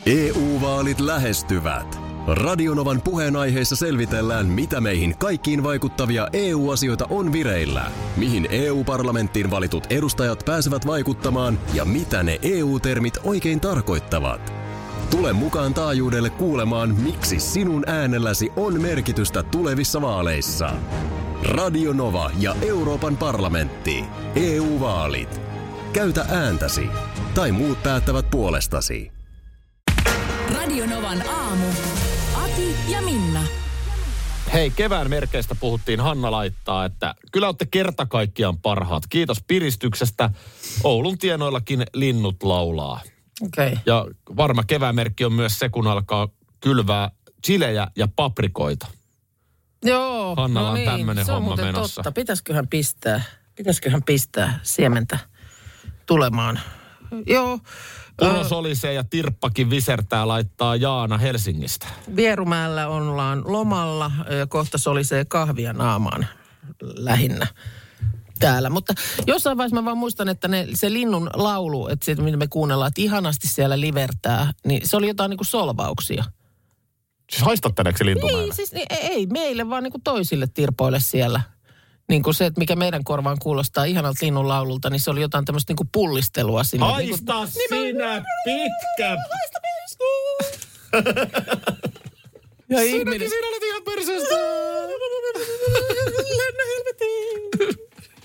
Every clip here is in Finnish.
EU-vaalit lähestyvät. Radionovan puheenaiheessa selvitellään, mitä meihin kaikkiin vaikuttavia EU-asioita on vireillä, mihin EU-parlamenttiin valitut edustajat pääsevät vaikuttamaan ja mitä ne EU-termit oikein tarkoittavat. Tule mukaan taajuudelle kuulemaan, miksi sinun äänelläsi on merkitystä tulevissa vaaleissa. Radio Nova ja Euroopan parlamentti. EU-vaalit. Käytä ääntäsi. Tai muut päättävät puolestasi. Radio Novan aamu. Ati ja Minna. Hei, kevään merkeistä puhuttiin. Hanna laittaa, että kyllä olette kerta kaikkiaan parhaat. Kiitos piristyksestä. Oulun tienoillakin linnut laulaa. Okei. Ja varma kevään merkki on myös se, kun alkaa kylvää chilejä ja paprikoita. Joo. Hannalla on tämmönen se on homma muuten menossa. Totta. Pitäisiköhän pistää siementä tulemaan. Joo. Puro solisee ja tirppakin visertää, laittaa Jaana Helsingistä. Vierumäellä ollaan lomalla ja kohta solisee kahvia naamaan lähinnä täällä. Mutta jossain vaiheessa mä vaan muistan, että se linnun laulu, että se, mitä me kuunnellaan, että ihanasti siellä livertää, niin se oli jotain niin kuin solvauksia. Siis haistatteleeko se lintumäellä? Niin, siis ei meille, vaan niin kuin toisille tirpoille siellä. Niin kuin se, että mikä meidän korvaan kuulostaa ihanalta linnun laululta, niin se oli jotain tämmöistä niin kuin pullistelua sinne. Haista niin kuin, sinä pitkä! Haista pesku! Ja Sinäkin siinä olet ihan perseestä! Lennä helvetiin!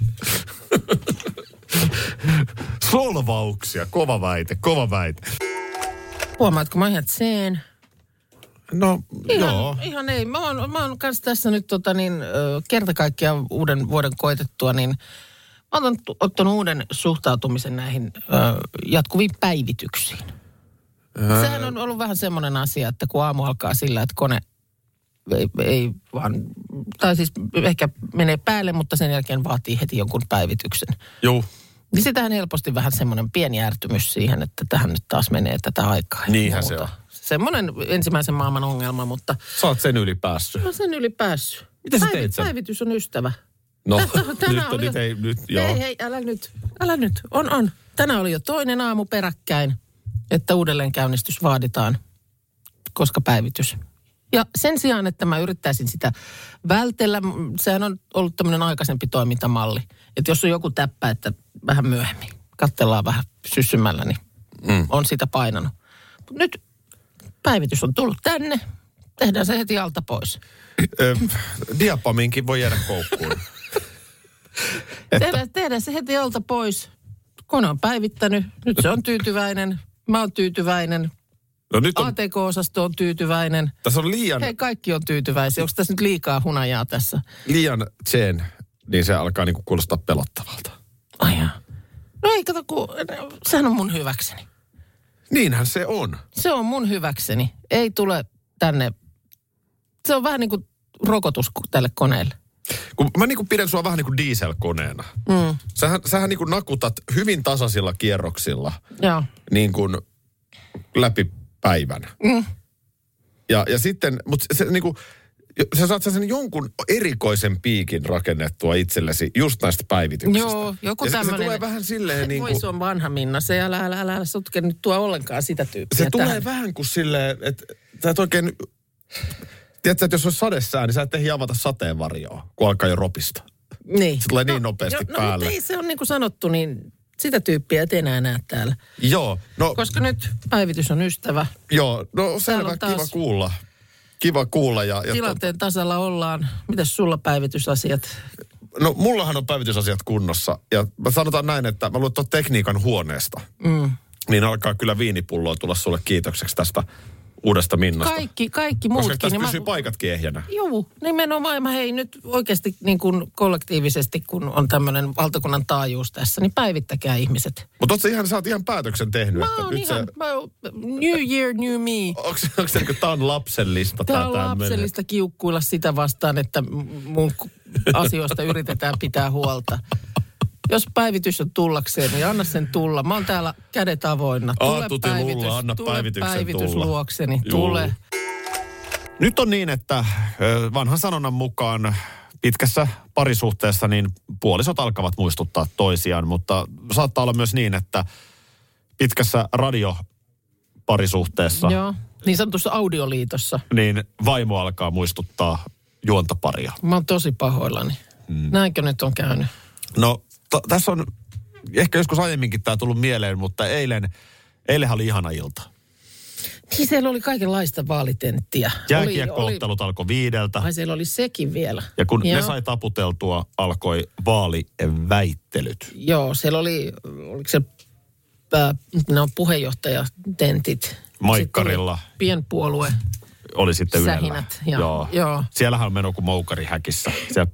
Solvauksia, kova väite. Huomaatko, mä ihan tseen. No, joo. Ihan ei. Mä oon kanssa tässä nyt kerta kaikkiaan uuden vuoden koitettua, niin mä oon ottanut uuden suhtautumisen näihin jatkuviin päivityksiin. Sehän on ollut vähän semmoinen asia, että kun aamu alkaa sillä, että kone ei vaan, tai siis ehkä menee päälle, mutta sen jälkeen vaatii heti jonkun päivityksen. Joo. Niin sitähän helposti vähän semmoinen pieni ärtymys siihen, että tähän nyt taas menee tätä aikaa. Niinhän se on. Semmoinen ensimmäisen maailman ongelma, mutta... Sä oot sen yli päässyt. Mä oon sen yli päässyt. Miten sä teit sen? Päivitys on ystävä. No, nyt, joo. Hei, älä nyt. On. Tänään oli jo toinen aamu peräkkäin, että uudelleenkäynnistys vaaditaan, koska päivitys. Ja sen sijaan, että mä yrittäisin sitä vältellä, sehän on ollut tämmöinen aikaisempi toimintamalli. Että jos on joku täppä, että vähän myöhemmin, katsellaan vähän syssymällä, niin on sitä painanut. Mut nyt päivitys on tullut tänne, tehdään se heti alta pois. Diapaminkin voi jäädä koukkuun. Tehdään se heti alta pois. Kone on päivittänyt, nyt se on tyytyväinen, mä oon tyytyväinen. No nyt on... ATK-osasto on tyytyväinen. Tässä on liian... Hei, kaikki on tyytyväisiä. Onko tässä nyt liikaa hunajaa tässä? Liian tseen, niin se alkaa niinku kuulostaa pelottavalta. Ai. No ei, kato, kun sehän on mun hyväkseni. Niinhän se on. Se on mun hyväkseni. Ei tule tänne. Se on vähän niin kuin rokotus tälle koneelle. Kun mä niin kuin pidän sua vähän niin kuin dieselkoneena. Sähän niin kuin nakutat hyvin tasaisilla kierroksilla. Joo. Niin kuin läpi päivän. Ja sitten, mutta se niin kuin, sä saat sen jonkun erikoisen piikin rakennettua itsellesi just näistä päivityksistä. Joo, joku ja tämmöinen. Se tulee vähän silleen niin kuin... Voi se on vanha Minna, se älä sotke nyt tuo ollenkaan sitä tyyppiä. Se tulee vähän kuin silleen, että sä et oikein... Tiedätkö, että jos olisi sadesää, niin sä et ehdi avata sateenvarjoa, kun alkaa jo ropista. Niin. Se tulee niin nopeasti päälle. No ei, se on niin kuin sanottu, niin sitä tyyppiä et enää näe täällä. Joo. No, koska nyt päivitys on ystävä. Joo, no selvä, kiva kuulla. Kiva kuulla. Ja tilanteen tasalla ollaan. Mitäs sulla päivitysasiat? No mullahan on päivitysasiat kunnossa. Ja mä sanotaan näin, että mä luulen tuon tekniikan huoneesta. Niin alkaa kyllä viinipulloa tulla sulle kiitokseksi tästä uudesta Minnasta. Kaikki muutkin. Koska tässä pysyy paikatkin ehjänä. Joo, nimenomaan. Mä hei nyt oikeasti niin kuin kollektiivisesti, kun on tämmöinen valtakunnan taajuus tässä, niin päivittäkää ihmiset. Mutta sä oot ihan päätöksen tehnyt. Mä oon ihan, new year, new me. Onko se niin kuin, tää on lapsellista? Tää on lapsellista kiukkuilla sitä vastaan, että mun asioista yritetään pitää huolta. Jos päivitys on tullakseen, niin anna sen tulla. Mä oon täällä kädet avoinna. Tule päivitys luokseni. Tule. Nyt on niin, että vanhan sanonnan mukaan pitkässä parisuhteessa niin puolisot alkavat muistuttaa toisiaan, mutta saattaa olla myös niin, että pitkässä parisuhteessa. Joo, niin sanotussa audioliitossa. Niin vaimo alkaa muistuttaa juontaparia. Mä oon tosi pahoillani. Näinkö nyt on käynyt? No, tässä on ehkä joskus aiemminkin tämä tullut mieleen, mutta eilenhän oli ihana ilta. Niin siellä oli kaikenlaista vaalitenttiä. Jääkiekko-ottelut alkoi 5:00. Ai siellä oli sekin vielä. Ja kun ne sai taputeltua, alkoi vaaliväittelyt. Joo, siellä oliko se puheenjohtajatentit. Maikkarilla. Pienpuolue. Oli sitten Ylellä. Sähinät. Joo. Siellähän on mennyt kuin moukari häkissä. Siellä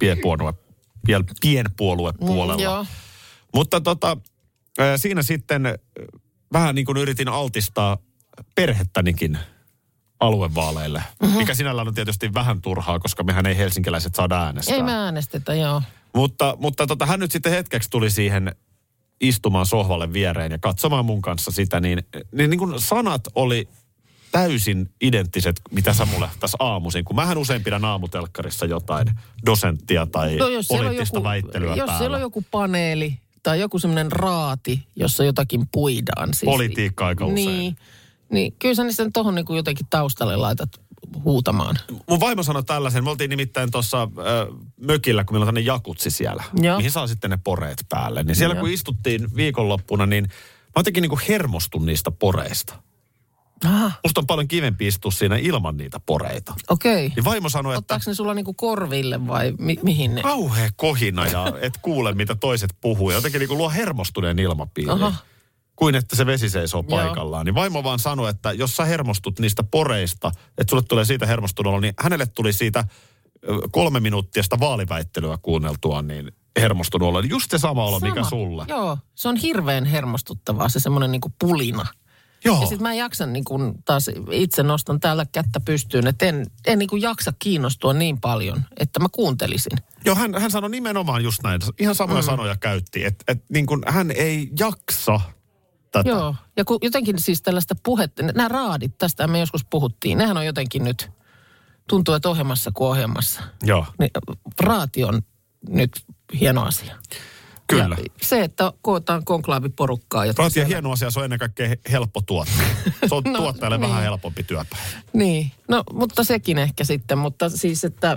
pienpuoluepuolella. Joo. Mutta siinä sitten vähän niin kuin yritin altistaa perhettänikin aluevaaleille. Mikä sinällään on tietysti vähän turhaa, koska mehän ei helsinkiläiset saada äänestää. Ei me äänestetä, joo. Mutta hän nyt sitten hetkeksi tuli siihen istumaan sohvalle viereen ja katsomaan mun kanssa sitä, niin kuin sanat oli täysin identtiset, mitä sä mulle tässä aamuisin. Kun mähän usein pidän aamutelkkarissa jotain dosenttia tai poliittista väittelyä päällä. Jos siellä on joku paneeli tai joku semmoinen raati, jossa jotakin puidaan. Siis, politiikka aika usein. Niin kyllä sä niistä tohon niin kuin jotenkin taustalle laitat huutamaan. Mun vaimo sanoi tällaisen. Me oltiin nimittäin tuossa mökillä, kun meillä on tänne jakutsi siellä. Joo. Mihin saa sitten ne poreet päälle. Niin siellä kun istuttiin viikonloppuna, niin mä jotenkin niin kuin hermostun niistä poreista. Aha. Musta on paljon kivempi istua siinä ilman niitä poreita. Okei. Niin vaimo sanoi, ottaako ne sulla niinku korville vai mihin ne? Kauhea kohina ja et kuule, mitä toiset puhuu. Ja jotenkin niinku luo hermostuneen ilmapiirin. Aha. Kuin että se vesi seisoo paikallaan. Niin vaimo vaan sanoi, että jos sä hermostut niistä poreista, että sulle tulee siitä hermostunut, niin hänelle tuli siitä 3 minuuttia sitä vaaliväittelyä kuunneltua, niin hermostunut olla. Just se sama olo, mikä sulle. Joo, se on hirveän hermostuttavaa, se semmoinen niinku pulina. Joo. Ja sit mä en jaksa niin kun taas itse nostan täällä kättä pystyyn, että en niin kun jaksa kiinnostua niin paljon, että mä kuuntelisin. Joo, hän sanoi nimenomaan just näin. Ihan samoja sanoja käytti, että niin kun hän ei jaksa tätä. Joo, ja kun jotenkin siis tällaista puhetta, nämä raadit, tästä me joskus puhuttiin, nehän on jotenkin nyt, tuntuu, että ohjelmassa kuin ohjelmassa. Joo. Niin raati on nyt hieno asia. Kyllä. Ja se, että kootaan konklaaviporukkaa. Raati on hieno asia, se on ennen kaikkea helppo tuottaa. Se on tuottajalle vähän helpompi työpäivä. Niin, no mutta sekin ehkä sitten, mutta siis, että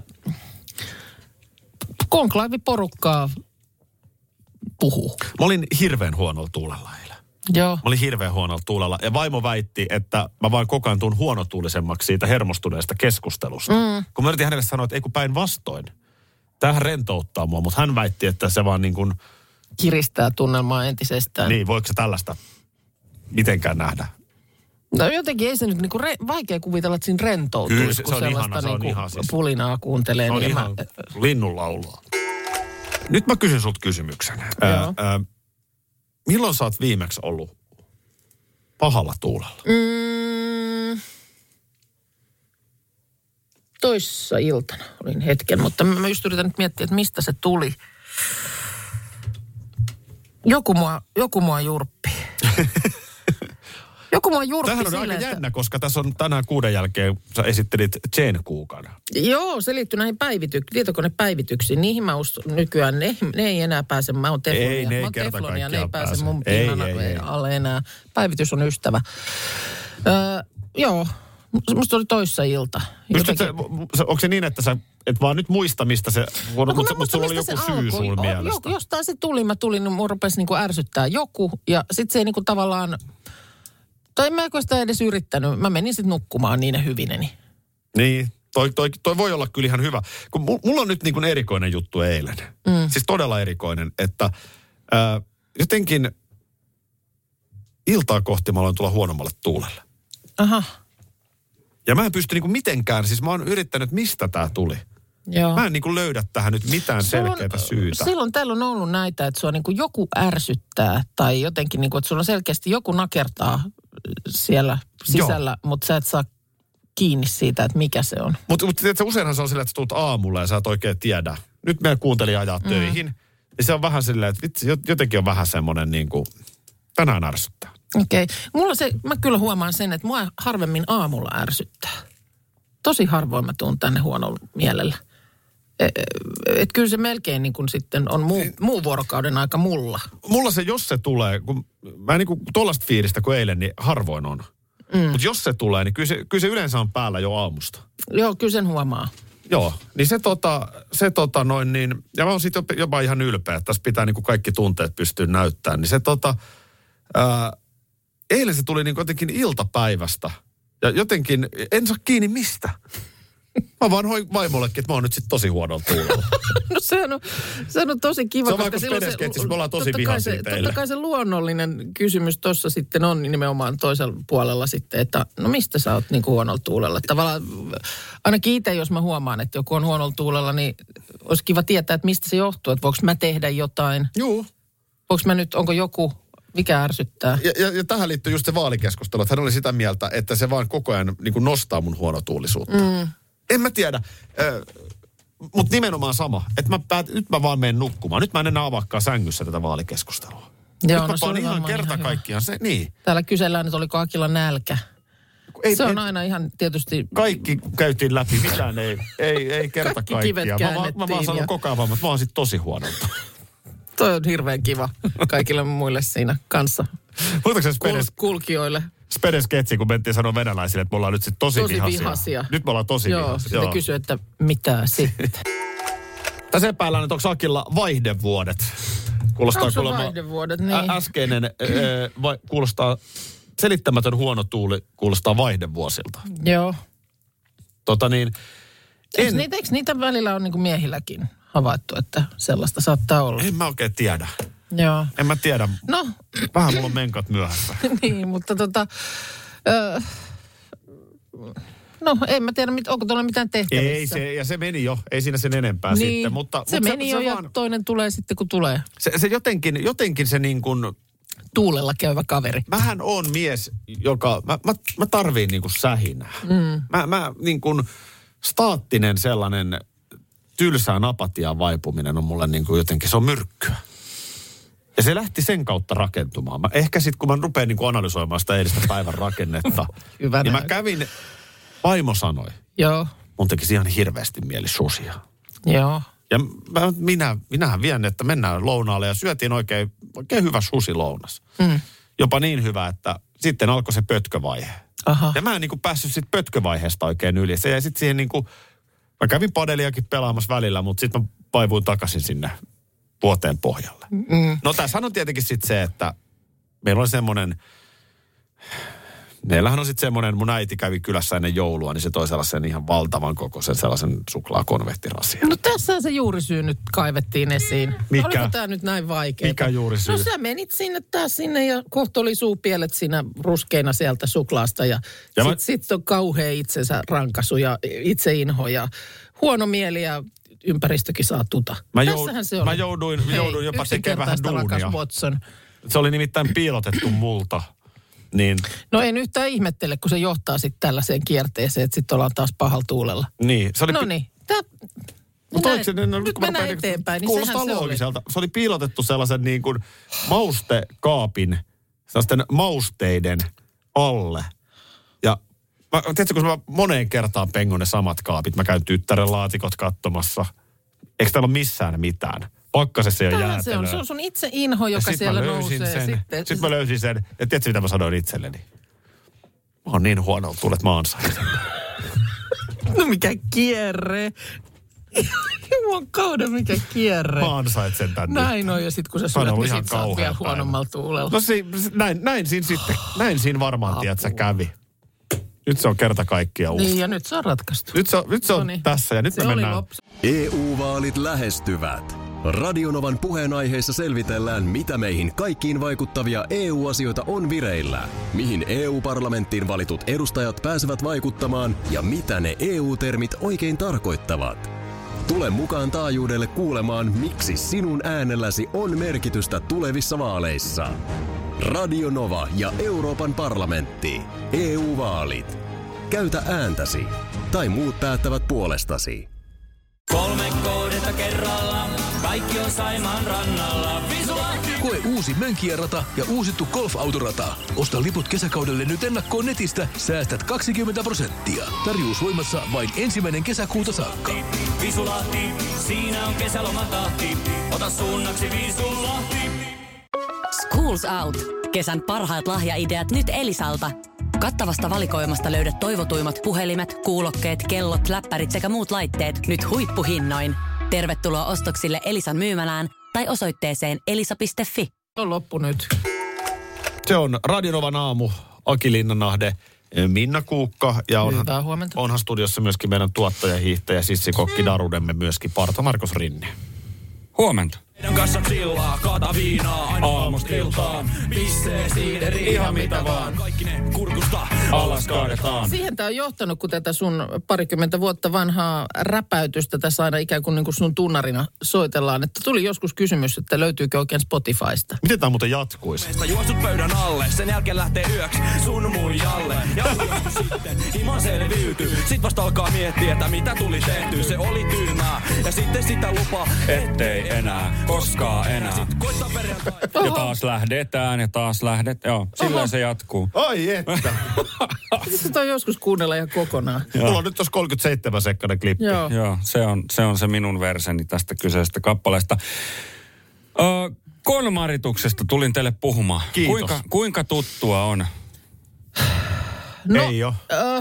konklaaviporukkaa puhuu. Mä olin hirveän huonolla tuulella eilen. Joo. Mä olin hirveän huonolla tuulella. Ja vaimo väitti, että mä vaan koko ajan tuun huonotuulisemmaksi siitä hermostuneesta keskustelusta. Kun mä yritin hänelle sanoa, että ei kun päinvastoin. Tämähän rentouttaa mua, mutta hän väitti, että se vaan niin kuin kiristää tunnelmaa entisestään. Niin, voiko se tällaista mitenkään nähdä? No jotenkin ei se nyt niinku vaikea kuvitella, että siinä rentoutuisi, kyllä, kun se on ihana, se on niinku ihan siis pulinaa kuuntelee. Se on niin ihan linnunlaulua. Nyt mä kysyn sulta kysymyksen. Milloin sä oot viimeksi ollut pahalla tuulella? Toissa iltana olin hetken, mutta mä just yritän nyt miettiä, että mistä se tuli. Joku mua jurppii. Joku mua jurppii. Tämähän on aika jännä, koska tässä on tänään 6 jälkeen, sä esittelit Jane Kuukan. Joo, se liittyy näihin tietokonepäivityksiin. Niihin mä nykyään, ne ei enää pääse. Mä oon teflonia. Ei, ne ei kerta teflonia, ne ei pääse pääse. mun pinnan alle enää. Päivitys on ystävä. Joo, musta oli toissa ilta. Onko se niin, että sä et vaan nyt muista, mistä se, mutta sulla oli joku syy sun mielestä? Jostain se tuli, niin mun rupesi niinku ärsyttää joku, ja sit se ei niinku tavallaan, tai mä en sitä edes yrittänyt, mä menin sit nukkumaan niin hyvineni. Niin, toi voi olla kyllä ihan hyvä. Kun mulla on nyt niin kuin erikoinen juttu eilen, siis todella erikoinen, että jotenkin iltaa kohti mä aloin tulla huonommalle tuulelle. Aha. Ja mä en pysty niinku mitenkään, siis mä oon yrittänyt, mistä tää tuli. Joo. Mä en niinku löydä tähän nyt mitään selkeää syytä. Silloin täällä on ollut näitä, että sua niinku joku ärsyttää tai jotenkin niinku, että sulla selkeästi joku nakertaa siellä sisällä, mutta sä et saa kiinni siitä, että mikä se on. Mutta useinhan se on silleen, että sä tulet aamulla ja sä et oikein tiedä. Nyt meidän kuuntelija ajaa töihin. Ja se on vähän silleen, että vitsi, jotenkin on vähän semmoinen niinku, tänään ärsyttää. Okei. Mä kyllä huomaan sen, että mua harvemmin aamulla ärsyttää. Tosi harvoin mä tuun tänne huonolla mielellä. Et kyllä se melkein niin kuin sitten on muu vuorokauden aika mulla. Mulla se, jos se tulee, kun mä en niin kuin tollaista fiilistä kuin eilen, niin harvoin on. Mutta jos se tulee, niin kyllä se yleensä on päällä jo aamusta. Joo, kyllä sen huomaa. Joo, niin ja mä oon siitä jopa ihan ylpeä, että tässä pitää niinku kaikki tunteet pystyä näyttämään. Niin eilen se tuli niinku jotenkin iltapäivästä. Ja jotenkin, en saa kiinni mistä. Mä vaan hoin vaimollekin, että mä oon nyt sitten tosi huonolla tuulella. No sehän on tosi kiva. Se on vaikka Spedesketsis, me ollaan tosi vihaisia teille. Totta kai se luonnollinen kysymys tuossa sitten on nimenomaan toisella puolella sitten, että no mistä sä oot niin kuin huonolla tuulella. Tavallaan ainakin itse, jos mä huomaan, että joku on huonolla tuulella, niin olisi kiva tietää, että mistä se johtuu. Että voiko mä tehdä jotain? Juu. Onko joku, mikä ärsyttää? Ja tähän liittyy just se vaalikeskustelu, että hän oli sitä mieltä, että se vaan koko ajan niin kuin nostaa mun huonotuulisuutta. En mä tiedä, mutta nimenomaan sama. Että nyt mä vaan menen nukkumaan. Nyt mä en enää avaakaan sängyssä tätä vaalikeskustelua. Joo, nyt mä vaan ihan kerta kaikkiaan se, niin. Täällä kysellään, että oliko Akilla nälkä. Se on aina ihan tietysti... Kaikki käytiin läpi, mitään ei kerta kaikkiaan. Mä vaan sanon koko ajan, että mä oon sit tosi huonolta. Toi on hirveän kiva kaikille muille siinä kanssa. Kulkijoille. Spedesketsi, kun mentiin sanoa venäläisille, että me ollaan nyt sitten tosi vihaisia. Nyt me ollaan tosi vihaisia. Joo, kysyi, että mitä sitten. Tässä epäillään, että onko Akilla vaihdevuodet. Kuulostaa kuulemma... vaihdevuodet, niin. Äskeinen kuulostaa, selittämätön huono tuuli kuulostaa vaihdevuosilta. Joo. Eikö niitä välillä on niin kuin miehilläkin havaittu, että sellaista saattaa olla? En mä oikein tiedä. Joo. En mä tiedä. No. Vähän mulla on menkat myöhässä. Niin, mutta en mä tiedä, onko tuolla mitään tehtävissä. Ja se meni jo. Ei siinä sen enempää niin, sitten. Mutta se meni jo ja toinen tulee sitten, kun tulee. Se jotenkin se niin kuin... Tuulella käyvä kaveri. Mähän on mies, joka... Mä tarviin niin kuin sähinää. Mä niin kuin staattinen sellainen tylsään apatiaan vaipuminen on mulle niin kuin jotenkin, se on myrkkyä. Ja se lähti sen kautta rakentumaan. Ehkä sitten, kun mä rupean niin kuin analysoimaan sitä eilistä päivän rakennetta, niin mä kävin, vaimo sanoi. Joo. Mun tekisi ihan hirveästi mieli susia. Joo. Ja minähän vien, että mennään lounaalle ja syötiin oikein hyvä susilounas. Jopa niin hyvä, että sitten alkoi se pötkövaihe. Aha. Ja mä en niin kuin päässyt sitten pötkövaiheesta oikein yli. Se jäi sitten siihen niin kuin, mä kävin padeliakin pelaamassa välillä, mutta sitten mä vaivuin takaisin sinne vuoteen pohjalle. No tässä on tietenkin sitten se, että meillä on meillähän on sitten semmoinen, mun äiti kävi kylässä ennen joulua, niin se toi sellaisen ihan valtavan kokoisen sellaisen suklaakonvehtirasian. No tässä se juurisyy nyt kaivettiin esiin. Mikä? Oliko tämä nyt näin vaikeaa? Mikä juurisyy? No sä menit sinne ja kohta oli suupielet siinä ruskeina sieltä suklaasta ja sit on kauhea itsensä rankasu ja itseinho ja huono mieli ja ympäristökin saa tuta. Tässähän se oli. Mä jouduin jopa tekemään vähän duunia. Watson. Se oli nimittäin piilotettu multa. Niin. No en yhtään ihmettele, kun se johtaa sitten tällaiseen kierteeseen, että sitten ollaan taas pahalla tuulella. Niin. No niin. Nyt mennään eteenpäin, niin sehän se loogiselta. Se oli piilotettu sellaisen niin kuin maustekaapin, sellaisten mausteiden alle. Ja tiedätkö, kun mä moneen kertaan pengon ne samat kaapit, mä käyn tyttären laatikot katsomassa. Eikö täällä ole missään mitään? Pakkasessa jo jäätelöä. Se on sun itse inho, joka siellä nousee. Sitten mä löysin sen. Ja tiedätkö, mitä mä sanoin itselleni? Mä oon niin huono tullut, että mä ansaitsen. No mikä kierre. Juman mikä kierre. Mä ansaitsen tän. Näin on, ja sit kun sä syöt, niin sit sä oot vielä huonommalla tuulella. No näin siinä varmaan, tiedät, kävi. Nyt se on kerta kaikkiaan uusi. Niin, ja nyt se on ratkaistu. Nyt se on tässä, ja nyt me mennään. EU-vaalit lähestyvät. Radionovan puheenaiheessa selvitellään, mitä meihin kaikkiin vaikuttavia EU-asioita on vireillä, mihin EU-parlamenttiin valitut edustajat pääsevät vaikuttamaan ja mitä ne EU-termit oikein tarkoittavat. Tule mukaan taajuudelle kuulemaan, miksi sinun äänelläsi on merkitystä tulevissa vaaleissa. Radio Nova ja Euroopan parlamentti. EU-vaalit. Käytä ääntäsi. Tai muut päättävät puolestasi. 3 kohdetta kerralla, kaikki on Saimaan rannalla. Visulahti! Koe uusi Mönkijärata ja uusittu golfautorata. Osta liput kesäkaudelle nyt ennakkoon netistä, säästät 20%. Tarjous voimassa vain 1. kesäkuuta saakka. Visulahti, siinä on kesälomatahti. Ota suunnaksi Visulahti. Schools Out. Kesän parhaat lahjaideat nyt Elisalta. Kattavasta valikoimasta löydät toivotuimmat puhelimet, kuulokkeet, kellot, läppärit sekä muut laitteet nyt huippuhinnoin. Tervetuloa ostoksille Elisan myymälään tai osoitteeseen elisa.fi. On loppu nyt. Se on Radio Novan aamu. Aki Linnanahde, Minna Kuukka ja onhan studiossa myöskin meidän tuottaja, hiihtäjä, sissikokki Darudemme myöskin Parta Markus Rinne. Huomenta. Meidän kanssa chillaa, kaata viinaa, aina aamusta iltaan. Pissee, siideri, ihan mitä vaan. Kaikki ne kurkusta alas kaadetaan. Siihen tää on johtanut, kun tätä sun 20 vuotta vanhaa räpäytystä tässä aina ikään kuin, sun tunnarina soitellaan. Että tuli joskus kysymys, että löytyykö oikein Spotifysta. Miten tää muuten jatkuisi? Meistä juostut pöydän alle, sen jälkeen lähtee yöksi sun muijalle. Ja sitten himan selviytyy. Sit vasta alkaa miettiä, että mitä tuli tehty. Se oli tyhmää. Ja sitten sitä lupaa, ettei enää. Koskaan enää. Ja taas lähdetään. Joo, sillä se jatkuu. Ai että. Pitäisikö toi joskus kuunnella ihan kokonaan? Mulla on nyt tuossa 37 sekkainen klippi. Joo, se on se minun versioni tästä kyseisestä kappaleesta. Konmarituksesta tulin teille puhumaan. Kiitos. Kuinka tuttua on? No, ei ole.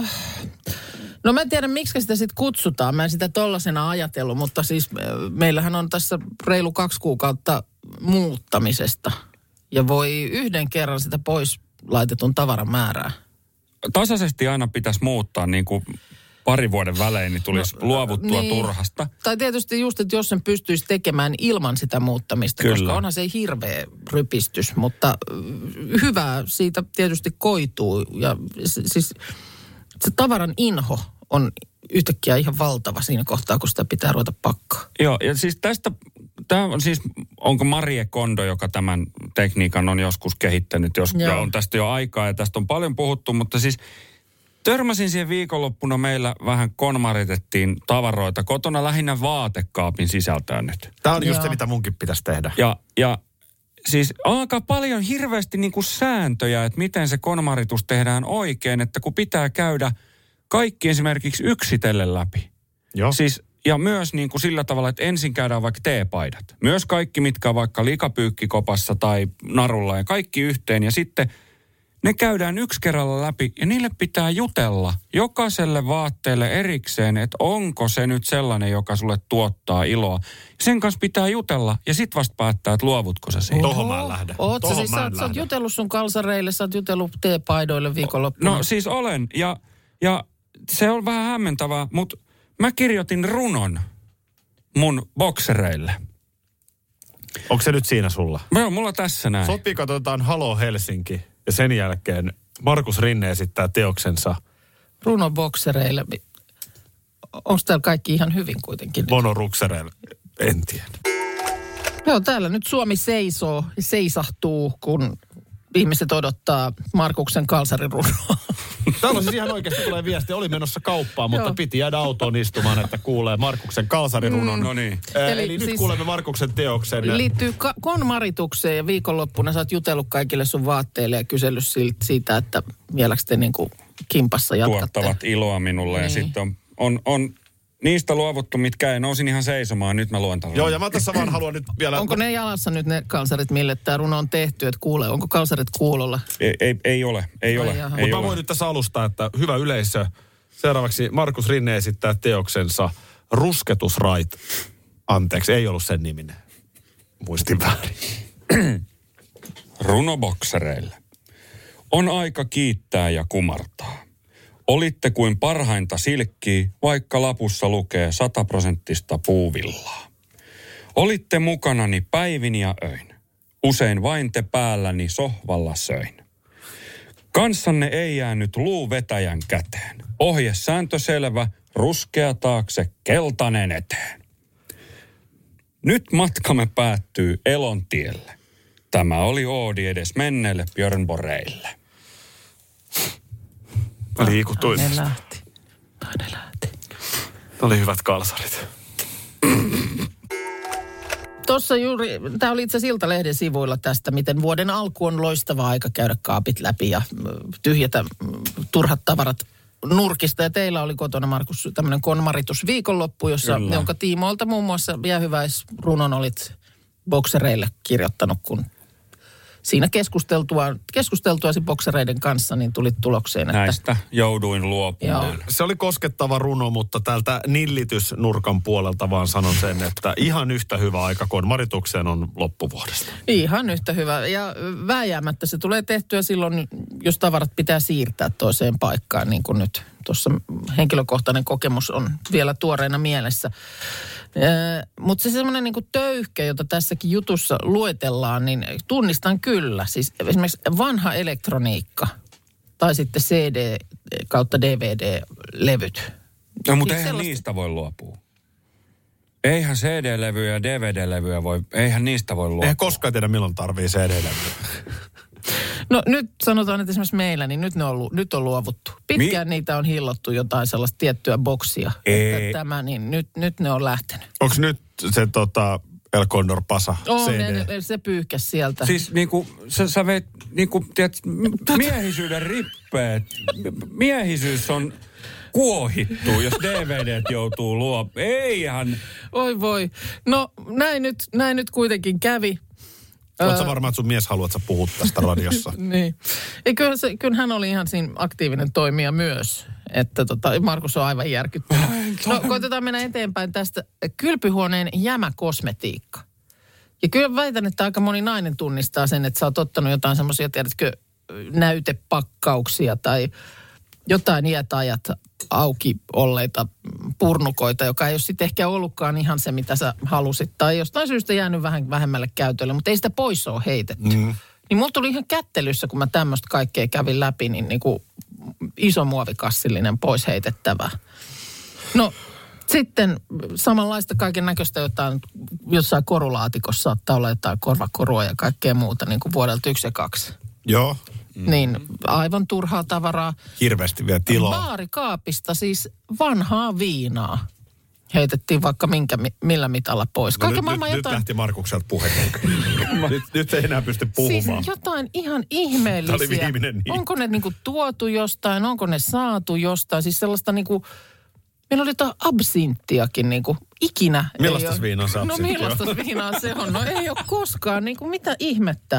No mä en tiedä, miksi sitä sitten kutsutaan. Mä en sitä tollasena ajatellut, mutta siis meillähän on tässä reilu 2 kuukautta muuttamisesta. Ja voi yhden kerran sitä pois laitetun tavaran määrää. Tasaisesti aina pitäisi muuttaa niin kuin pari vuoden välein, niin tulisi luovuttua turhasta. Tai tietysti just, että jos sen pystyisi tekemään ilman sitä muuttamista, Kyllä. Koska onhan se hirveä rypistys, mutta hyvää siitä tietysti koituu. Ja siis se tavaran inho on yhtäkkiä ihan valtava siinä kohtaa, kun sitä pitää ruveta pakkaa. Joo, ja siis tämä on siis, onko Marie Kondo, joka tämän tekniikan on joskus kehittänyt, ja on tästä jo aikaa, ja tästä on paljon puhuttu, mutta siis törmäsin siihen viikonloppuna, meillä vähän konmaritettiin tavaroita kotona lähinnä vaatekaapin sisältöön nyt. Tämä on just se, mitä munkin pitäisi tehdä. Ja siis aika paljon hirveästi niin kuin sääntöjä, että miten se konmaritus tehdään oikein, että kun pitää käydä kaikki esimerkiksi yksitellen läpi. Joo. Siis, ja myös niin kuin sillä tavalla, että ensin käydään vaikka teepaidat. Myös kaikki, mitkä on vaikka likapyykkikopassa tai narulla ja kaikki yhteen. Ja sitten ne käydään yksi kerralla läpi ja niille pitää jutella jokaiselle vaatteelle erikseen, että onko se nyt sellainen, joka sulle tuottaa iloa. Sen kanssa pitää jutella ja sit vasta päättää, että luovutko sä siitä. Tohon mä en lähde. Oot sä siis, sä oot jutellut sun kalsareille, sä oot jutellut teepaidoille viikonloppuna. No siis olen ja se on vähän hämmentävää, mutta mä kirjoitin runon mun boksereille. Onko se nyt siinä sulla? Joo, mulla tässä näin. Sopii, katsotaan Halo Helsinki ja sen jälkeen Markus Rinne esittää teoksensa. Runo boksereille. Onko täällä kaikki ihan hyvin kuitenkin? Monoruksereille. En tiedä. Joo, täällä nyt Suomi seisoo ja seisahtuu, kun ihmiset odottaa Markuksen kalsarirunoa. Täällä on siis ihan oikeasti tulee viesti. Oli menossa kauppaan, mutta piti jäädä autoon istumaan, että kuulee Markuksen kalsarirunon. No niin. Eli nyt siis kuulemme Markuksen teoksen. Liittyy konmaritukseen ja viikonloppuna sä oot jutellut kaikille sun vaatteille ja kysellyt siitä, että vieläkö te niin kuin kimpassa jatkatte. Tuottavat iloa minulle ja sitten on niistä luovuttu, mitkä ei. Nousin ihan seisomaan, nyt mä luen tämän. Joo, ja mä tässä vaan haluan nyt vielä... Onko ne jalassa nyt ne kalsarit, mille tämä runo on tehty, että kuulee? Onko kalsarit kuulolla? Ei ole. Mutta mä voin nyt tässä alustaa, että hyvä yleisö. Seuraavaksi Markus Rinne esittää teoksensa Rusketusrait. Anteeksi, ei ollut sen niminen. Muistin väärin. Runoboksereille. On aika kiittää ja kumartaa. Olitte kuin parhainta silkkiä, vaikka lapussa lukee 100% puuvillaa. Olitte mukanani päivin ja öin. Usein vain te päälläni sohvalla söin. Kanssanne ei jäänyt luuvetäjän käteen. Ohjesääntö selvä, ruskea taakse, keltainen eteen. Nyt matkamme päättyy Elontielle. Tämä oli oodi edes menneelle Björn Borgille. Mä liikutuin. Ne lähti. Oli hyvät kalsarit. Tuossa juuri, tämä oli itse asiassa Iltalehden sivuilla tästä, miten vuoden alku on loistava aika käydä kaapit läpi ja tyhjätä turhat tavarat nurkista. Ja teillä oli kotona, Markus, tämmöinen konmaritus viikonloppu, jonka tiimoilta muun muassa jäähyväisrunon olit boksereille kirjoittanut, kun siinä keskusteltuasi boksereiden kanssa, niin tuli tulokseen, että... Näistä jouduin luopumaan. Se oli koskettava runo, mutta täältä nillitysnurkan puolelta vaan sanon sen, että ihan yhtä hyvä aika kuin Maritukseen on loppuvuodesta. Ihan yhtä hyvä. Ja vääjäämättä se tulee tehtyä silloin, jos tavarat pitää siirtää toiseen paikkaan, niin kuin nyt tuossa henkilökohtainen kokemus on vielä tuoreena mielessä. Mutta se semmoinen niin kuin töyhkä, jota tässäkin jutussa luetellaan, niin tunnistan kyllä. Siis esimerkiksi vanha elektroniikka tai sitten CD kautta DVD-levyt. No, mutta Siis eihän niistä voi luopua. Eihän CD-levyjä ja DVD-levyjä eihän niistä voi luopua. Eihän koskaan tiedä, milloin tarvii CD-levyjä. No nyt sanotaan, että esimerkiksi meillä, niin nyt on luovuttu. Pitkään niitä on hillottu jotain sellaista tiettyä boksia. Että tämä, niin nyt ne on lähtenyt. Onko nyt se El Condor Pasa CD? Se pyyhkäs sieltä. Siis niinku, sä veit niinku, tiedät, miehisyyden rippeet. Miehisyys on kuohittu, jos DVDt joutuu luopumaan. Eihän. Oi voi. No näin nyt kuitenkin kävi. Oletko varmaan, että sun mies haluaa, että sä puhut tästä radiossa? Niin. Kyllä hän oli ihan siinä aktiivinen toimija myös. Että Markus on aivan järkyttynyt. No koitetaan mennä eteenpäin tästä. Kylpyhuoneen jämäkosmetiikka. Ja kyllä väitän, että aika moni nainen tunnistaa sen, että sä oot ottanut jotain semmoisia, tiedätkö, näytepakkauksia tai jotain iät ajat auki olleita purnukoita, joka ei ole sitten ehkä ollutkaan ihan se, mitä sä halusit. Tai jostain syystä jäänyt vähän vähemmälle käytölle, mutta ei sitä pois ole heitetty. Niin mulla tuli ihan kättelyssä, kun mä tämmöistä kaikkea kävin läpi, niin kuin iso muovikassillinen pois heitettävää. No sitten samanlaista kaiken näköistä jotain, jossain korulaatikossa saattaa olla jotain korvakorua ja kaikkea muuta, niin kuin vuodelta 1 ja 2. Joo. Niin aivan turhaa tavaraa. Hirveästi vielä tilaa. Baarikaapista siis vanhaa viinaa heitettiin vaikka millä mitalla pois. No nyt lähti Markukselta puhe. nyt ei enää pysty puhumaan. Siis jotain ihan ihmeellisiä. Tämä oli viimeinen niin. Onko ne niinku tuotu jostain, onko ne saatu jostain? Siis sellaista niinku, meillä oli jotain absinttiakin niinku ikinä. Millaistas viinaa se absintti on? No millaistas viinaa se on? No ei ole koskaan niinku mitä ihmettä.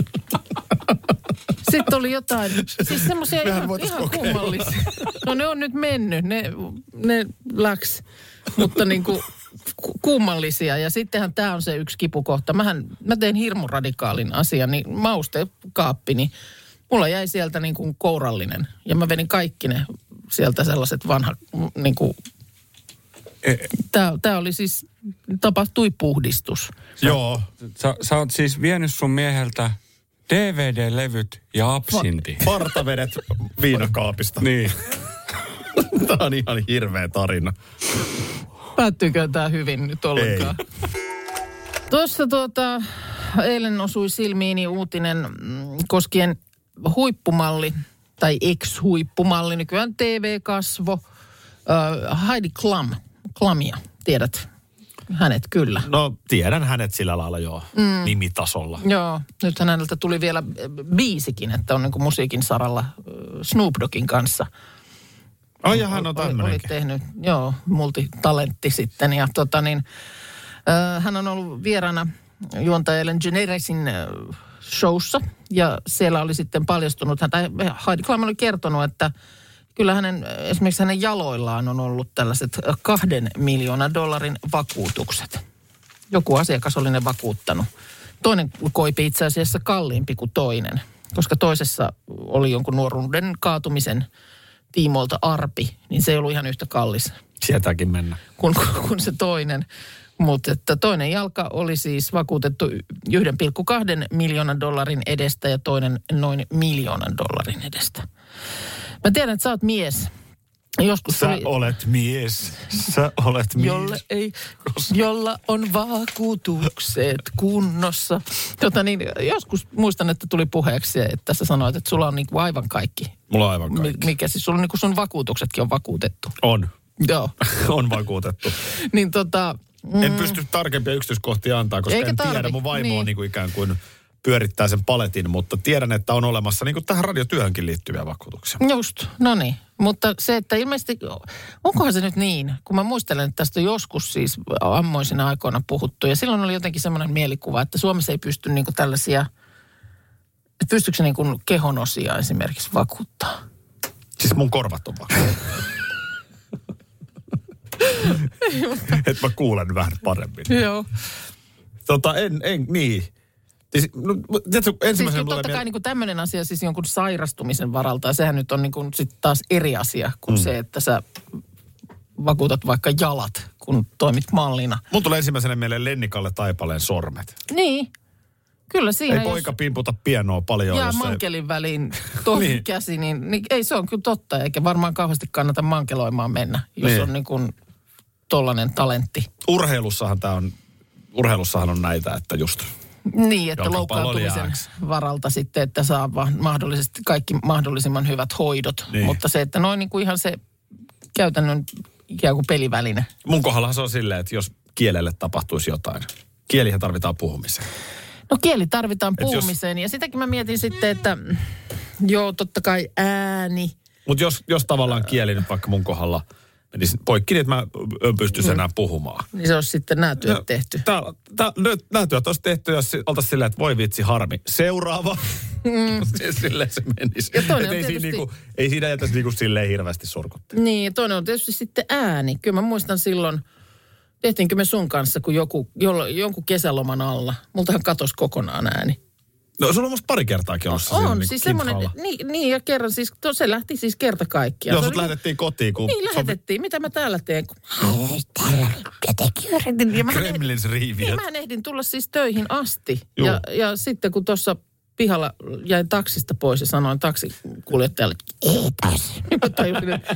Sitten oli jotain, siis semmoisia ihan kummallisia. No ne on nyt mennyt, ne läks, mutta niinku kummallisia. Ja sittenhän tämä on se yksi kipukohta. Mä tein hirmu radikaalin asian, niin maustekaappi, niin mulla jäi sieltä niinku kourallinen. Ja mä vedin kaikki ne sieltä sellaiset vanhat, niinku, tää oli siis, tapahtui puhdistus. Joo. Sä oot siis vienyt sun mieheltä DVD-levyt ja absinti. Partavedet viinakaapista. Niin. Tämä on ihan hirveä tarina. Päättyykö tämä hyvin nyt ollenkaan? Tuossa eilen osui silmiini uutinen koskien huippumalli tai ex-huippumalli, nykyään TV-kasvo, Heidi Klamia, tiedät hänet kyllä. No tiedän hänet sillä lailla joo, nimitasolla. Joo, nythän häneltä tuli vielä biisikin, että on niin kuin musiikin saralla Snoop Doggin kanssa. Ai ja hän on tämmöinenkin. Oli tehnyt, joo, multitalentti sitten. Ja hän on ollut vieraana juontaja Ellen DeGeneresin showssa. Ja siellä oli sitten paljastunut, Heidi Klum oli kertonut, että kyllä esimerkiksi hänen jaloillaan on ollut tällaiset $2 miljoonan vakuutukset. Joku asiakas oli ne vakuuttanut. Toinen koipi itse asiassa kalliimpi kuin toinen, koska toisessa oli jonkun nuoruuden kaatumisen tiimoilta arpi, niin se ei ollut ihan yhtä kallis. Sieltäkin mennä. Kun se toinen. Mutta että toinen jalka oli siis vakuutettu $1,2 miljoonan edestä ja toinen noin $1 miljoonan edestä. Mä tiedän, että sä oot mies. Joskus olet mies. Sä olet mies. Jolla on vakuutukset kunnossa. Joskus muistan, että tuli puheeksi, että sä sanoit, että sulla on niinku aivan kaikki. Mulla on aivan kaikki. Mikä siis sulla niinku sun vakuutuksetkin on vakuutettu. On. Joo. On vakuutettu. Niin En pysty tarkempia yksityiskohtia antaa, koska en tiedä. Mun vaimo on niinku ikään kuin pyörittää sen paletin, mutta tiedän, että on olemassa niin kuin tähän radiotyöhönkin liittyviä vakuutuksia. Just, no niin. Mutta se, että ilmeisesti, onkohan se nyt niin, kun mä muistelen, että tästä joskus siis ammoisina aikoina puhuttu, ja silloin oli jotenkin semmoinen mielikuva, että Suomessa ei pysty niin kuin tällaisia Pystyykö se niin kuin kehon osia esimerkiksi vakuuttaa? Siis mun korvat on vaan. Et mä kuulen vähän paremmin. Joo. Niin. Siis, no, siis totta kai niin kuin tämmöinen asia siis jonkun sairastumisen varalta, ja sehän nyt on niin kuin sit taas eri asia kuin se, että sä vakuutat vaikka jalat, kun toimit mallina. Mun tulee ensimmäisenä mieleen Lennikalle Taipaleen sormet. Niin. Kyllä siinä, ei poika pimputa pianoa paljon. Jää mankelin väliin toinen niin. käsi, niin ei se on kyllä totta. Eikä varmaan kauheasti kannata mankeloimaan mennä, jos on niin kuin tollainen talentti. Urheilussahan on näitä, että just... Niin, että loukkaantumisen varalta sitten, että saa mahdollisesti kaikki mahdollisimman hyvät hoidot. Niin. Mutta se, että noin niin kuin ihan se käytännön ikään kuin peliväline. Mun kohdallahan se on silleen, että jos kielelle tapahtuisi jotain. Kielihän tarvitaan puhumiseen. No kieli tarvitaan puhumiseen ja sitäkin mä mietin sitten, että joo totta kai ääni. Mutta jos tavallaan kieli nyt vaikka mun kohdalla menisi poikki niin, että mä en pystyisi enää puhumaan. Niin se olisi sitten nämä työt tehty. Nämä työt olisi tehty, jos oltaisiin silleen, että voi vitsi harmi. Seuraava. Silleen se menisi. Ja toinen on tietysti... ei siinä jätäisi niinku silleen hirveästi surkuttaa. Niin, ja toinen on tietysti sitten ääni. Kyllä mä muistan silloin, tehtiinkö me sun kanssa, kun jonkun kesäloman alla. Multahan katosi kokonaan ääni. No sulla on musta pari kertaakin ollut se on, siis semmoinen, niin ja kerran siis, se lähti siis kerta kaikkiaan. Joo, sut lähetettiin kotiin. Kun lähetettiin, mitä mä täällä teen? Kremlins riiviöt. Mä ehdin tulla siis töihin asti. Ja sitten kun tuossa pihalla jäin taksista pois ja sanoin taksikuljettajalle, ei pääse. Mä tajusin, että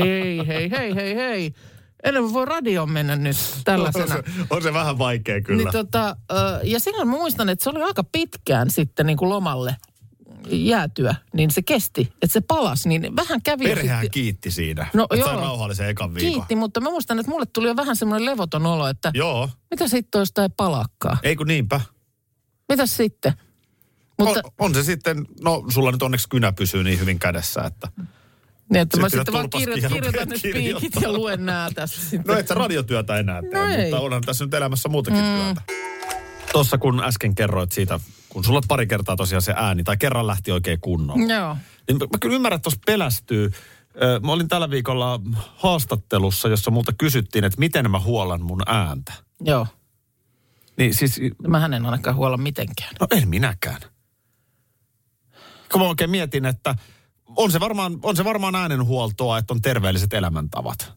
hei. En voi radioon mennä nyt tällaisena. On se vähän vaikea kyllä. Niin ja silloin muistan, että se oli aika pitkään sitten niin kuin lomalle jäätyä, niin se kesti, että se palasi, niin vähän kävi. Perhehän kiitti siinä, että sai rauhallisen ekan viikon. Kiitti, mutta mä muistan, että mulle tuli jo vähän semmoinen levoton olo, että mitä sitten toista ei palaakaan. Ei kun niinpä. Mitäs sitten? Mutta on se sitten, no sulla nyt onneksi kynä pysyy niin hyvin kädessä, että... Niin, että mä sitten vaan kirjoitan nyt spiikit ja luen nää tässä sitten. No et sä radiotyötä enää tee, mutta onhan tässä nyt elämässä muutakin työtä. Tossa kun äsken kerroit siitä, kun sulla pari kertaa tosiaan se ääni, tai kerran lähti oikein kunnolla. Joo. Niin mä kyllä ymmärrän, että tossa pelästyy. Mä olin tällä viikolla haastattelussa, jossa multa kysyttiin, että miten mä huolan mun ääntä. Joo. Niin siis... Mähän en ainakaan huolla mitenkään. No en minäkään. Kun mä oikein mietin, että... On se varmaan äänenhuoltoa, että on terveelliset elämäntavat.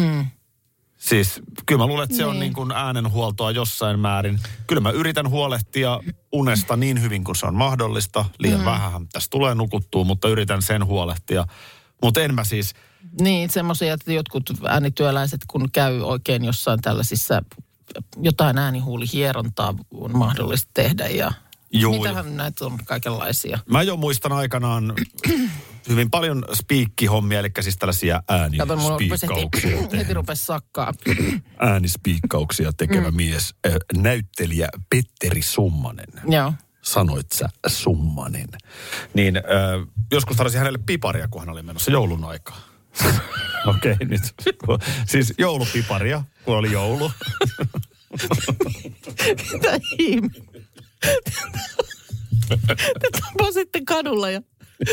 Siis kyllä mä luulen, että se on niin kuin äänenhuoltoa jossain määrin. Kyllä mä yritän huolehtia unesta niin hyvin kuin se on mahdollista. Liian vähän tässä tulee nukuttua, mutta yritän sen huolehtia. Mutta en mä siis... Niin, semmoisia, että jotkut äänityöläiset, kun käy oikein jossain tällaisissa, jotain äänihuulihierontaa on mahdollista tehdä ja... Mitähän näitä on kaikenlaisia? Mä jo muistan aikanaan hyvin paljon spiikkihommia, eli siis tällaisia äänispiikkauksia. Heti rupesi sakkaa. Äänispiikkauksia tekevä mies, näyttelijä Petteri Summanen. Joo. Sanoit sä Summanen. Niin joskus tarvitsin hänelle piparia, kun hän oli menossa joulun aikaa. Okei, nyt. Siis joulupiparia, kun oli joulu. Mitä ihmettä? Te tapasitte kadulla ja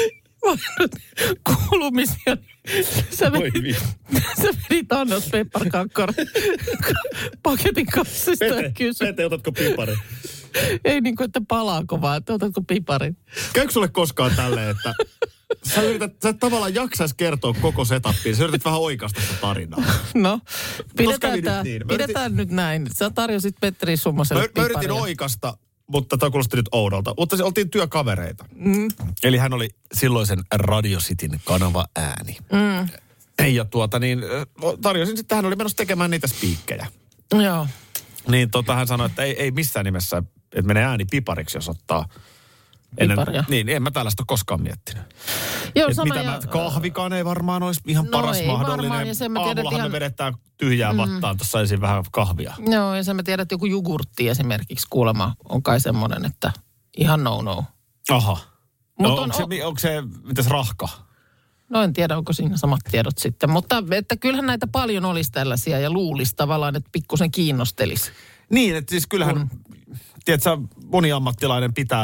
kuulumisia. Sä vedit Annos Pepparkakkar paketin kassista ja kysyi. Pete, otatko pipari? Ei niin kuin, että palaako vaan, että otatko piparin. Käykö sulle koskaan tälleen, että sä et tavallaan jaksaisi kertoa koko setupia, sä yrität vähän oikaista sitä tarinaa. No, pidetään nyt näin. Sä tarjosit Petteri Summaselle piparia. Mä yritin oikaista, mutta tämä kuulosti nyt oudolta. Mutta se oltiin työkavereita. Eli hän oli silloisen Radio Cityn kanava ääni. Ja tarjosin sitten, hän oli menossa tekemään niitä spiikkejä. Joo. Niin hän sanoi, että ei missään nimessä, että menee ääni pipariksi, jos ottaa... Piparia. Niin, en mä tällaista koskaan miettinyt. Joo, sama kahvikaan ei varmaan olisi ihan paras mahdollinen. Aamullahan me vedetään tyhjää vattaan, tuossa ensin vähän kahvia. Joo, ja sen mä tiedän, että joku jogurtti esimerkiksi kuulemma on kai semmoinen, että ihan no. Aha. Onko se mitäs rahka? No en tiedä, onko siinä samat tiedot sitten. Mutta että kyllähän näitä paljon olisi tällaisia ja luulisi tavallaan, että pikkusen kiinnostelisi. Niin, että siis kyllähän, tiedätkö, moni ammattilainen pitää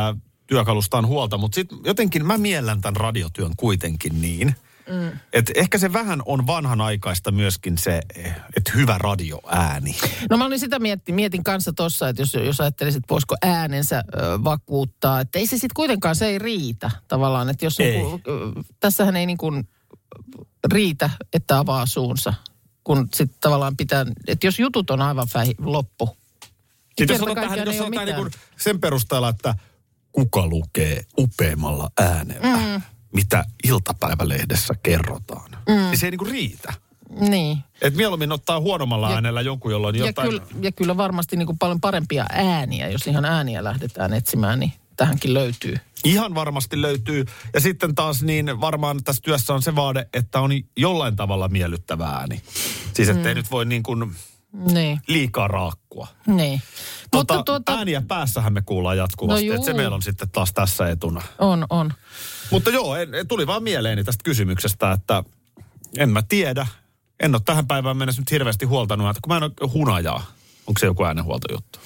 työkalustaan huolta, mutta sitten jotenkin mä miellän tämän radiotyön kuitenkin niin, että ehkä se vähän on vanhanaikaista myöskin se, että hyvä radioääni. No mä olin sitä mietin kanssa tossa, että jos ajattelisit, että voisiko äänensä vakuuttaa, että ei se sitten kuitenkaan, se ei riitä tavallaan, että jos tässähän ei niin kuin riitä, että avaa suunsa, kun sitten tavallaan pitää, että jos jutut on aivan loppu. Sitten jos sanotaan niin kuin sen perusteella, että kuka lukee upeammalla äänellä, mitä iltapäivälehdessä kerrotaan, niin se ei niin kuin riitä. Niin. Että mieluummin ottaa huonommalla äänellä jonkun, jolla on jotain. Ja kyllä varmasti niin kuin paljon parempia ääniä, jos ihan ääniä lähdetään etsimään, niin tähänkin löytyy. Ihan varmasti löytyy. Ja sitten taas niin varmaan tässä työssä on se vaade, että on jollain tavalla miellyttävä ääni. Siis ettei nyt voi niin kuin liikaa raakkua. Niin. Mutta ääniä päässähän me kuullaan jatkuvasti, että se meillä on sitten taas tässä etuna. On. Mutta joo, tuli vaan mieleeni tästä kysymyksestä, että en mä tiedä. En ole tähän päivään mennessä nyt hirveästi huoltanut, että kun mä en ole hunajaa. Onko se joku äänenhuoltojuttu?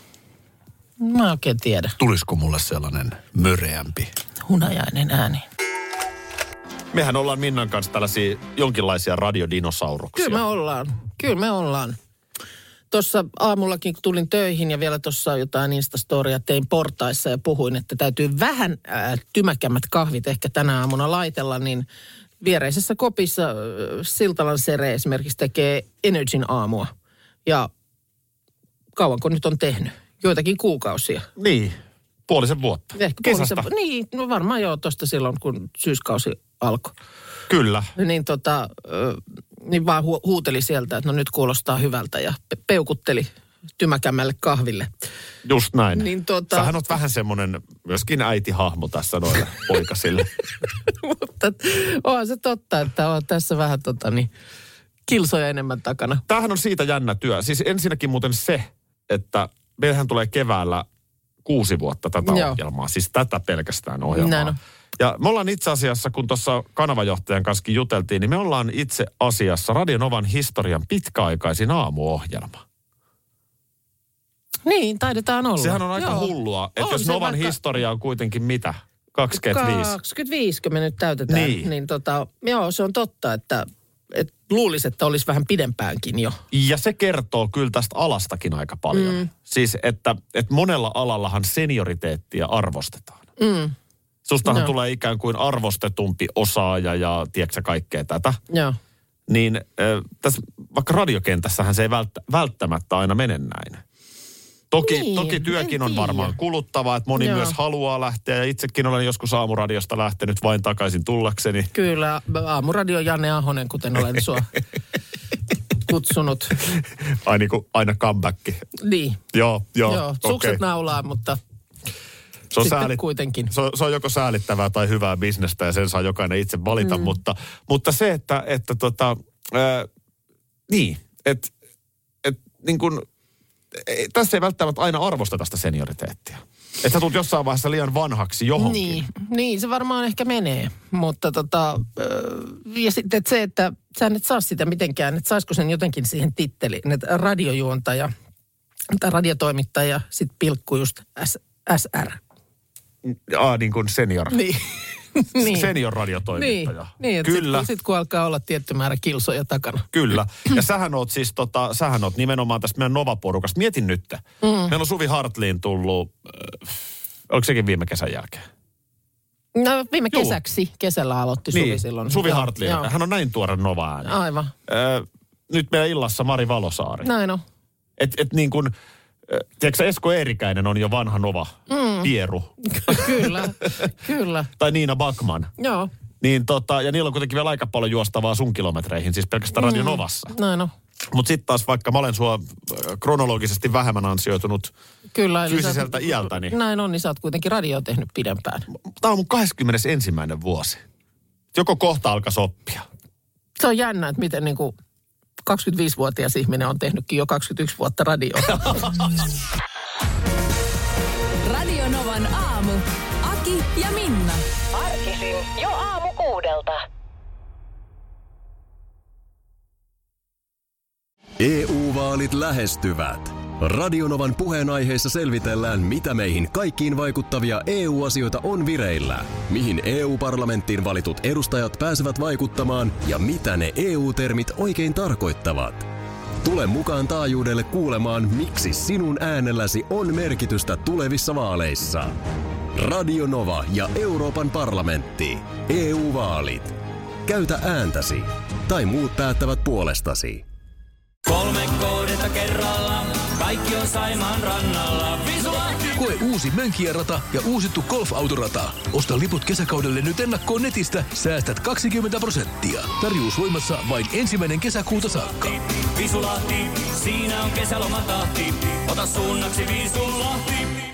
Mä en oikein tiedä. Tulisiko mulle sellainen möreämpi? Hunajainen ääni. Mehän ollaan Minnan kanssa tällaisia jonkinlaisia radiodinosauruksia. Kyllä me ollaan. Tuossa aamullakin, kun tulin töihin ja vielä tuossa jotain Instastoria tein portaissa ja puhuin, että täytyy vähän tymäkämmät kahvit ehkä tänä aamuna laitella, niin viereisessä kopissa Siltalan Sere esimerkiksi tekee Energyn aamua. Ja kauanko nyt on tehnyt? Joitakin kuukausia. Niin, puolisen vuotta. Ehkä kesästä. Niin, no varmaan joo, tuosta silloin, kun syyskausi alkoi. Kyllä. Niin niin vaan huuteli sieltä, että no nyt kuulostaa hyvältä ja peukutteli tymäkämmälle kahville. Just näin. Niin sähän oot vähän semmoinen myöskin äitihahmo tässä noille poikasille. Mutta onhan se totta, että on tässä vähän kilsoja enemmän takana. Tämähän on siitä jännä työ. Siis ensinnäkin muuten se, että meillähän tulee keväällä 6 vuotta tätä ohjelmaa. Siis tätä pelkästään ohjelmaa. Näin on. Ja me ollaan itse asiassa, kun tuossa kanavajohtajan kanssa juteltiin, niin me ollaan itse asiassa Radio Novan historian pitkäaikaisin aamuohjelma. Niin, taidetaan olla. Sehän on aika hullua, että jos Novan historia on kuitenkin mitä? 25. 25, kun me nyt täytetään. Niin joo, se on totta, että luulisi, että olisi vähän pidempäänkin jo. Ja se kertoo kyllä tästä alastakin aika paljon. Siis, että monella alallahan senioriteettia arvostetaan. Sustahan tulee ikään kuin arvostetumpi osaaja ja tiedätkö kaikkea tätä. Joo. Niin tässä vaikka radiokentässähän se ei välttämättä aina mene näin. Toki työkin on varmaan kuluttavaa, että moni myös haluaa lähteä. Ja itsekin olen joskus aamuradiosta lähtenyt vain takaisin tullakseni. Kyllä, aamuradio Janne Ahonen, kuten olen sua kutsunut. Ai niin kuin aina comeback. Niin. Joo. Sukset naulaa, mutta se on kuitenkin. Se on joko säälittävää tai hyvää bisnestä ja sen saa jokainen itse valita, mutta se, että niin kuin tässä ei välttämättä aina arvosteta sitä senioriteettia. Että sä tulet jossain vaiheessa liian vanhaksi johonkin. Niin, se varmaan ehkä menee. Mutta ja sitten se, että sä et saa sitä mitenkään, että saisiko sen jotenkin siihen titteliin, että radiojuontaja tai radiotoimittaja, sitten pilkku just SR. Niin kuin senior. Niin. Senior radiotoimittaja. Niin, että sitten kun alkaa olla tietty määrä kilsoja takana. Kyllä. Ja sähän oot siis sähän oot nimenomaan tästä meidän Nova-porukasta. Mietin nyt. Meillä on Suvi Hartliin tullut, oliko sekin viime kesän jälkeen? No viime kesäksi. Kesällä aloitti Suvi silloin. Suvi Hartliin. Hän on näin tuore Nova-ääni. Aivan. Nyt meidän illassa Mari Valosaari. Näin on. Et niin kuin, tiedätkö Esko Eerikäinen on jo vanha Nova, Pieru. Kyllä. Tai Niina Backman. Joo. Niin ja niillä on kuitenkin vielä aika paljon juostavaa sun kilometreihin, siis pelkästään Radio Novassa. Näin on. Mutta sitten taas vaikka mä olen sua kronologisesti vähemmän ansioitunut fyysiseltä iältäni. Näin on, niin sä oot kuitenkin radio tehnyt pidempään. Tämä on mun 21. vuosi. Joko kohta alkaisi oppia. Se on jännä, että miten niinku 25-vuotias ihminen on tehnytkin jo 21 vuotta radioa. Radio Novan aamu. Aki ja Minna. Arkisin jo aamu 6:00. EU-vaalit lähestyvät. Radionovan puheenaiheessa selvitellään, mitä meihin kaikkiin vaikuttavia EU-asioita on vireillä, mihin EU-parlamenttiin valitut edustajat pääsevät vaikuttamaan ja mitä ne EU-termit oikein tarkoittavat. Tule mukaan taajuudelle kuulemaan, miksi sinun äänelläsi on merkitystä tulevissa vaaleissa. Radio Nova ja Euroopan parlamentti. EU-vaalit. Käytä ääntäsi. Tai muut päättävät puolestasi. 3 kohdetta kerralla. Kaikki on Saimaan rannalla. Visulahti! Koe uusi Mönkijärata ja uusittu golfautorata. Osta liput kesäkaudelle nyt ennakkoon netistä. Säästät 20%. Tarjous voimassa vain 1. kesäkuuta saakka. Visulahti, siinä on kesälomatahti. Ota suunnaksi Visulahti.